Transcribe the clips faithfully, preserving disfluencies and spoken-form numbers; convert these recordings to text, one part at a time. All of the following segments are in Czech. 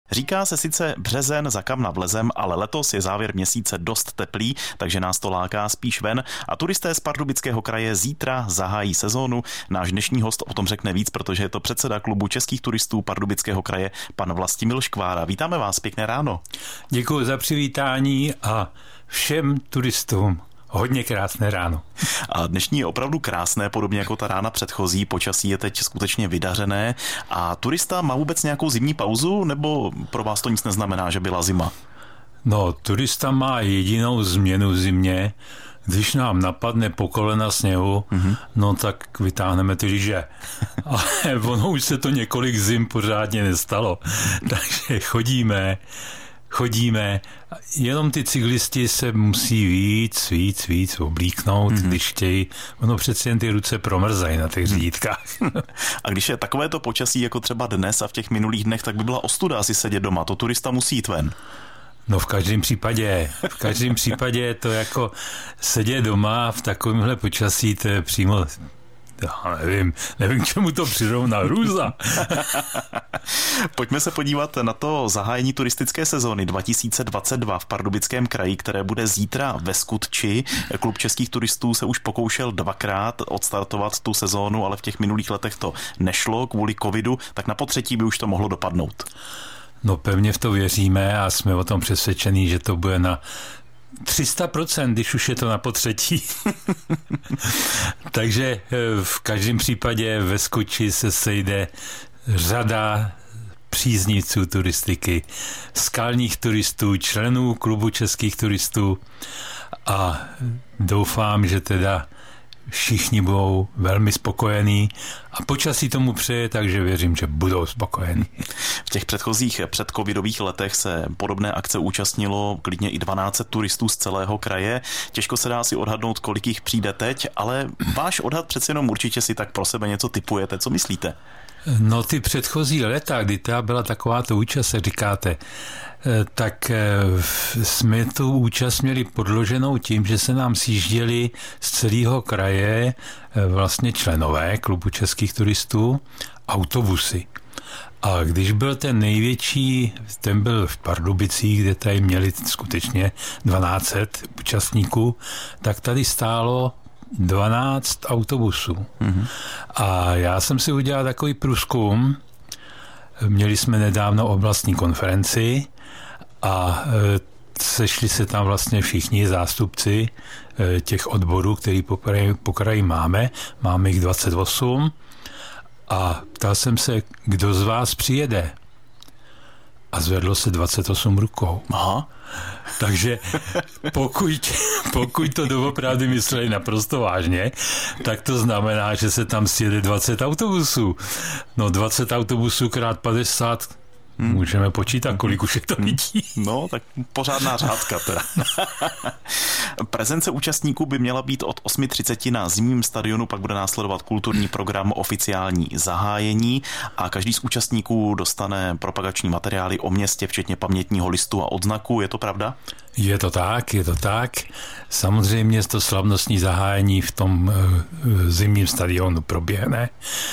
Říká se sice březen, za kam navlezem, ale letos je závěr měsíce dost teplý, takže nás to láká spíš ven a turisté z Pardubického kraje zítra zahájí sezónu. Náš dnešní host o tom řekne víc, protože je to předseda klubu českých turistů Pardubického kraje, pan Vlastimil Škvára. Vítáme vás, pěkné ráno. Děkuji za přivítání a všem turistům hodně krásné ráno. A dnešní je opravdu krásné, podobně jako ta rána předchozí. Počasí je teď skutečně vydařené. A turista má vůbec nějakou zimní pauzu, nebo pro vás to nic neznamená, že byla zima? No, turista má jedinou změnu v zimě. Když nám napadne po kolena sněhu, mm-hmm. no tak vytáhneme ty lyže. Ale ono už se to několik zim pořádně nestalo. Takže chodíme, chodíme. Jenom ty cyklisti se musí víc, víc, víc oblíknout, mm-hmm. když chtějí. Ono přeci jen ty ruce promrzají na těch řídkách. A když je takovéto počasí jako třeba dnes a v těch minulých dnech, tak by byla ostuda asi sedět doma. To turista musí jít ven. No v každém případě, v každém případě je to jako sedět doma v takovémhle počasí, to je přímo, já nevím, nevím, k čemu to přirovná, hrůza. Pojďme se podívat na to zahájení turistické sezóny dva tisíce dvacet dva v Pardubickém kraji, které bude zítra ve Skutči. Klub českých turistů se už pokoušel dvakrát odstartovat tu sezónu, ale v těch minulých letech to nešlo kvůli covidu, tak na potřetí by už to mohlo dopadnout. No pevně v to věříme a jsme o tom přesvědčení, že to bude na tři sta procent, když už je to na potřetí. Takže v každém případě ve Skutči se sejde řada příznivců turistiky, skalních turistů, členů klubu českých turistů a doufám, že teda všichni budou velmi spokojení a počasí tomu přeje, takže věřím, že budou spokojení. V těch předchozích předcovidových letech se podobné akce účastnilo klidně i dvanáct set turistů z celého kraje. Těžko se dá si odhadnout, kolik jich přijde teď, ale váš odhad přeci jenom určitě si tak pro sebe něco tipujete. Co myslíte? No ty předchozí léta, kdy ta byla takováto účast, říkáte, tak jsme tu účast měli podloženou tím, že se nám sjížděli z celého kraje vlastně členové klubu českých turistů autobusy. A když byl ten největší, ten byl v Pardubicích, kde tady měli skutečně dvanáct set účastníků, tak tady stálo dvanáct autobusů. Mm-hmm. A já jsem si udělal takový průzkum. Měli jsme nedávno oblastní konferenci a sešli se tam vlastně všichni zástupci těch odborů, který po kraji, po kraji máme. Máme jich dvacet osm a ptal jsem se, kdo z vás přijede. A zvedlo se dvacet osm rukou. Aha. Takže pokud, pokud to doopravdy mysleli naprosto vážně, tak to znamená, že se tam sjede dvacet autobusů. No dvacet autobusů krát padesát, Hmm. můžeme počítat, kolik už je to lidí. No, tak pořádná řádka teda. Prezence účastníků by měla být od osm třicet na zimním stadionu, pak bude následovat kulturní program, oficiální zahájení a každý z účastníků dostane propagační materiály o městě, včetně pamětního listu a odznaku. Je to pravda? Je to tak, je to tak. Samozřejmě to slavnostní zahájení v tom zimním stadionu proběhne.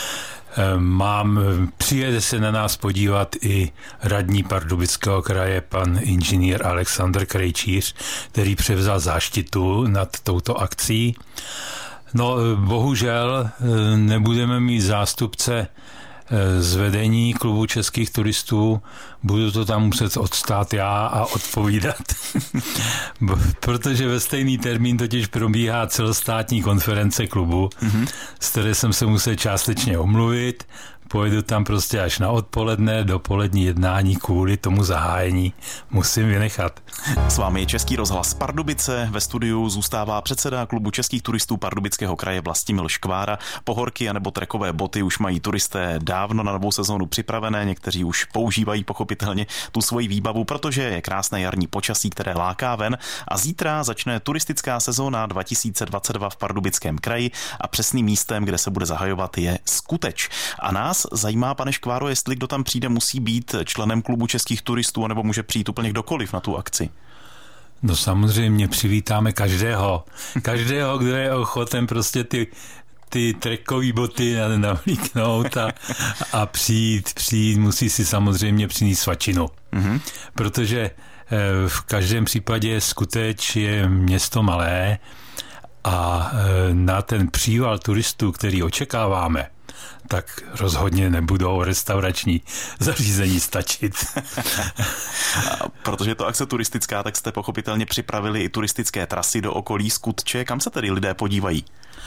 Mám, přijede se na nás podívat i radní Pardubického kraje, pan inženýr Alexandr Krejčíř, který převzal záštitu nad touto akcí. No, bohužel nebudeme mít zástupce z vedení klubu českých turistů, budu to tam muset odstát já a odpovídat. Protože ve stejný termín totiž probíhá celostátní konference klubu, mm-hmm. z které jsem se musel částečně omluvit. Pojedu tam prostě až na odpoledne, dopolední jednání kvůli tomu zahájení musím vynechat. S vámi je Český rozhlas Pardubice, ve studiu zůstává předseda klubu českých turistů Pardubického kraje Vlastimil Škvára. Pohorky anebo trekové boty už mají turisté dávno na novou sezónu připravené, někteří už používají pochopitelně tu svoji výbavu, protože je krásné jarní počasí, které láká ven a zítra začne turistická sezóna dva tisíce dvacet dva v Pardubickém kraji a přesným místem, kde se bude zahajovat, je Skuteč. A nás zajímá, pane Škváro, jestli kdo tam přijde, musí být členem klubu českých turistů, nebo může přijít úplně kdokoliv na tu akci. No samozřejmě přivítáme každého. Každého, kdo je ochoten prostě ty ty trekové boty navlíknout a, a přijít, přijít, musí si samozřejmě přinést svačinu. Mm-hmm. Protože v každém případě Skuteč je město malé a na ten příval turistů, který očekáváme, tak rozhodně nebudou restaurační zařízení stačit. Protože je to akce turistická, tak jste pochopitelně připravili i turistické trasy do okolí Skutče. Kam se tedy lidé podívají?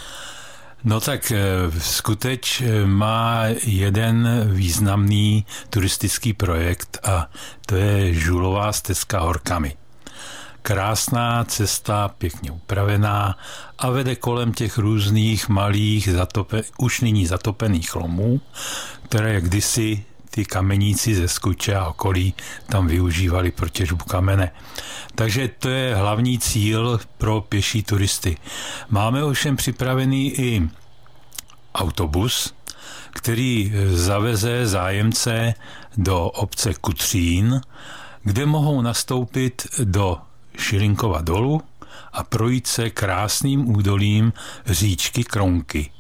No tak Skuteč má jeden významný turistický projekt a to je Žulová stezka horkami. Krásná cesta, pěkně upravená a vede kolem těch různých malých, zatope, už nyní zatopených lomů, které kdysi ty kameníci ze Skuče a okolí tam využívali pro těžbu kamene. Takže to je hlavní cíl pro pěší turisty. Máme ovšem připravený i autobus, který zaveze zájemce do obce Kutřín, kde mohou nastoupit do Šilinkova dolu a projít se krásným údolím říčky Kronky.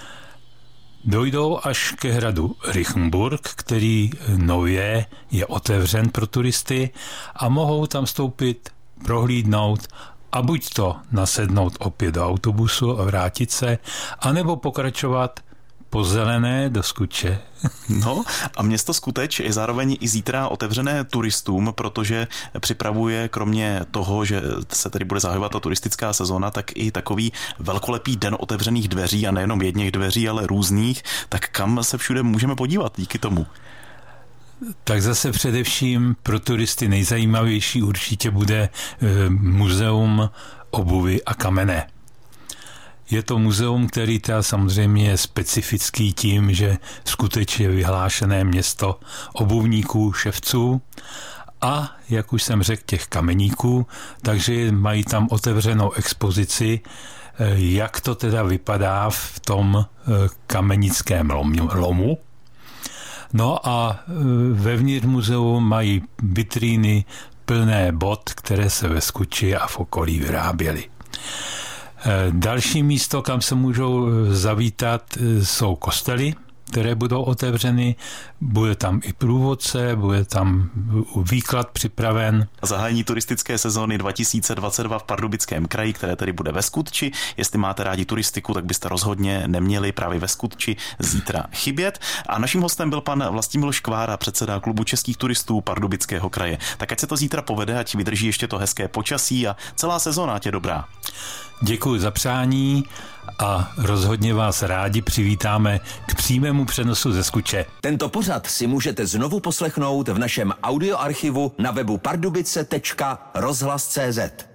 Dojdou až ke hradu Richenburg, který nově je otevřen pro turisty a mohou tam stoupit, prohlídnout a buď to nasednout opět do autobusu a vrátit se, anebo pokračovat po zelené do Skuče. No a město Skuteč je zároveň i zítra otevřené turistům, protože připravuje kromě toho, že se tady bude zahajovat ta turistická sezóna, tak i takový velkolepý den otevřených dveří a nejenom jedněch dveří, ale různých. Tak kam se všude můžeme podívat díky tomu? Tak zase především pro turisty nejzajímavější určitě bude muzeum obuvy a kamene. Je to muzeum, který teda samozřejmě je specifický tím, že Skuteč je vyhlášené město obuvníků, ševců a, jak už jsem řekl, těch kameníků, takže mají tam otevřenou expozici, jak to teda vypadá v tom kamenickém lomu. No a vevnitř muzeu mají vitríny plné bot, které se ve Skuči a v okolí vyráběly. Další místo, kam se můžou zavítat, jsou kostely, které budou otevřeny. Bude tam i průvodce, bude tam výklad připraven. Zahájení turistické sezóny dva tisíce dvacet dva v Pardubickém kraji, které tedy bude ve Skutči. Jestli máte rádi turistiku, tak byste rozhodně neměli právě ve Skutči zítra chybět. A naším hostem byl pan Vlastimil Škvára, předseda klubu českých turistů Pardubického kraje. Tak ať se to zítra povede, ať vydrží ještě to hezké počasí a celá sezóna ať je dobrá. Děkuji za přání a rozhodně vás rádi přivítáme k přímému přenosu ze Skuče. Tento pořad si můžete znovu poslechnout v našem audioarchivu na webu pardubice tečka rozhlas tečka cé zet.